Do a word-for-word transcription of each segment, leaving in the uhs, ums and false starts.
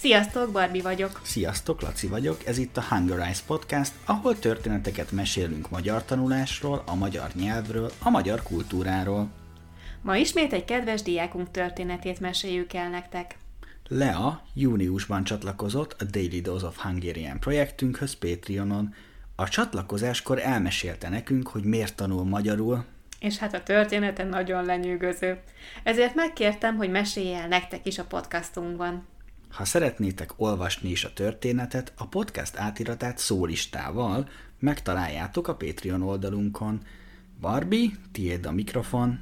Sziasztok, Barbie vagyok. Sziasztok, Laci vagyok, ez itt a Hungarize Podcast, ahol történeteket mesélünk magyar tanulásról, a magyar nyelvről, a magyar kultúráról. Ma ismét egy kedves diákunk történetét meséljük el nektek. Lea júniusban csatlakozott a Daily Dose of Hungarian projektünkhöz Patreonon. A csatlakozáskor elmesélte nekünk, hogy miért tanul magyarul. És hát a története nagyon lenyűgöző. Ezért megkértem, hogy mesélje el nektek is a podcastunkban. Ha szeretnétek olvasni is a történetet, a podcast átiratát szólistával megtaláljátok a Patreon oldalunkon. Barbie, tiéd a mikrofon.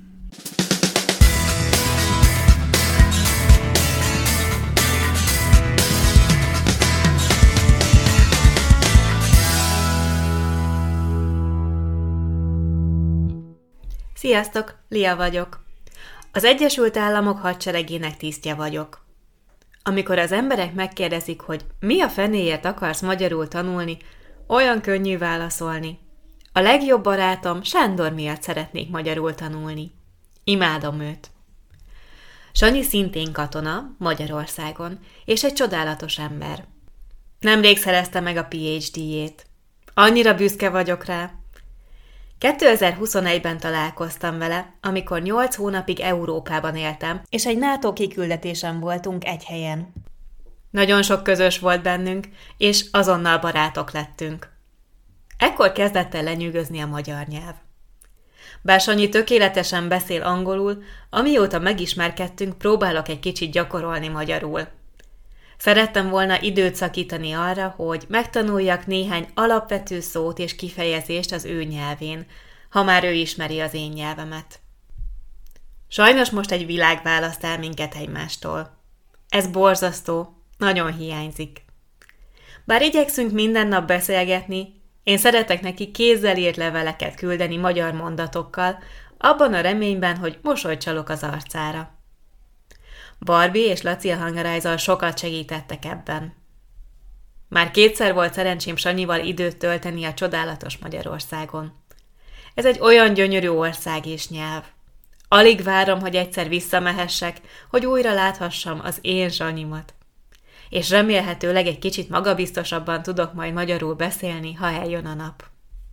Sziasztok, Lia vagyok. Az Egyesült Államok hadseregének tisztje vagyok. Amikor az emberek megkérdezik, hogy mi a fenéért akarsz magyarul tanulni, olyan könnyű válaszolni. A legjobb barátom Sándor miatt szeretnék magyarul tanulni. Imádom őt. Sanyi szintén katona Magyarországon, és egy csodálatos ember. Nemrég szerezte meg a pé há dé-jét. Annyira büszke vagyok rá. kétezer-huszonegyben találkoztam vele, amikor nyolc hónapig Európában éltem, és egy NATO kiküldetésen voltunk egy helyen. Nagyon sok közös volt bennünk, és azonnal barátok lettünk. Ekkor kezdett el lenyűgözni a magyar nyelv. Bár Sanyi tökéletesen beszél angolul, amióta megismerkedtünk, próbálok egy kicsit gyakorolni magyarul. Szerettem volna időt szakítani arra, hogy megtanuljak néhány alapvető szót és kifejezést az ő nyelvén, ha már ő ismeri az én nyelvemet. Sajnos most egy világ választ el minket egymástól. Ez borzasztó, nagyon hiányzik. Bár igyekszünk minden nap beszélgetni, én szeretek neki kézzel írt leveleket küldeni magyar mondatokkal, abban a reményben, hogy mosolyt csalok az arcára. Barbie és Laci a Hungarize-al sokat segítettek ebben. Már kétszer volt szerencsém Sanyival időt tölteni a csodálatos Magyarországon. Ez egy olyan gyönyörű ország és nyelv. Alig várom, hogy egyszer visszamehessek, hogy újra láthassam az én Sanyimat. És remélhetőleg egy kicsit magabiztosabban tudok majd magyarul beszélni, ha eljön a nap.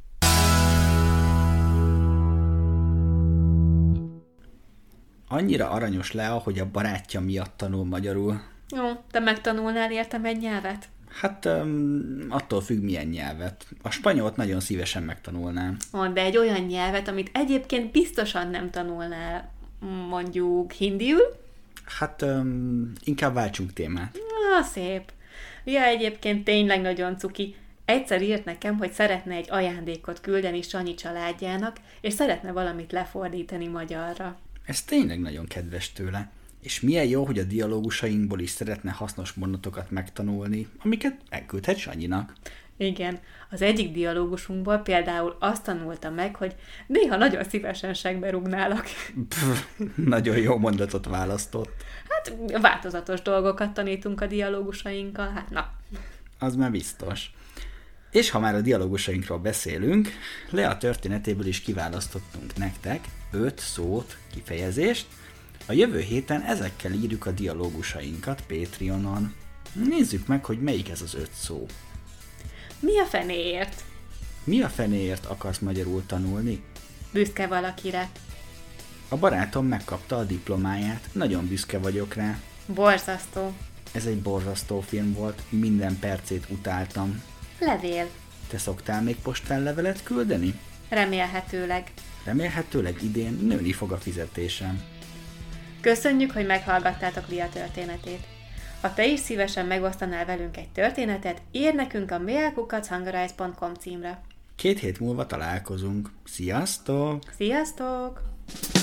Annyira aranyos Lea, hogy a barátja miatt tanul magyarul. Jó, te megtanulnál értem egy nyelvet? Hát um, attól függ, milyen nyelvet. A spanyolt nagyon szívesen megtanulnám. Mondd, de egy olyan nyelvet, amit egyébként biztosan nem tanulnál, mondjuk hindiül? Hát um, inkább váltsunk témát. Na, szép. Ja, egyébként tényleg nagyon cuki. Egyszer írt nekem, hogy szeretne egy ajándékot küldeni Sanyi családjának, és szeretne valamit lefordítani magyarra. Ez tényleg nagyon kedves tőle. És milyen jó, hogy a dialógusainkból is szeretne hasznos mondatokat megtanulni, amiket elküldhet Sanyinak. Igen, az egyik dialógusunkból például azt tanulta meg, hogy néha nagyon szívesen segbe rúgnálak. Pff, nagyon jó mondatot választott. Hát változatos dolgokat tanítunk a dialógusainkkal, hát na. Az már biztos. És ha már a dialógusainkról beszélünk, Lea történetéből is kiválasztottunk nektek öt szót, kifejezést. A jövő héten ezekkel írjuk a dialógusainkat Patreonon. Nézzük meg, hogy melyik ez az öt szó. Mi a fenéért? Mi a fenéért akarsz magyarul tanulni? Büszke valakire. A barátom megkapta a diplomáját, nagyon büszke vagyok rá. Borzasztó. Ez egy borzasztó film volt, minden percét utáltam. Levél. Te szoktál még postállevelet küldeni? Remélhetőleg. Remélhetőleg idén nőni fog a fizetésem. Köszönjük, hogy meghallgattátok Lia történetét. Ha te is szívesen megosztanál velünk egy történetet, írd nekünk a mail kukac hungarize pont com címre. Két hét múlva találkozunk. Sziasztok! Sziasztok!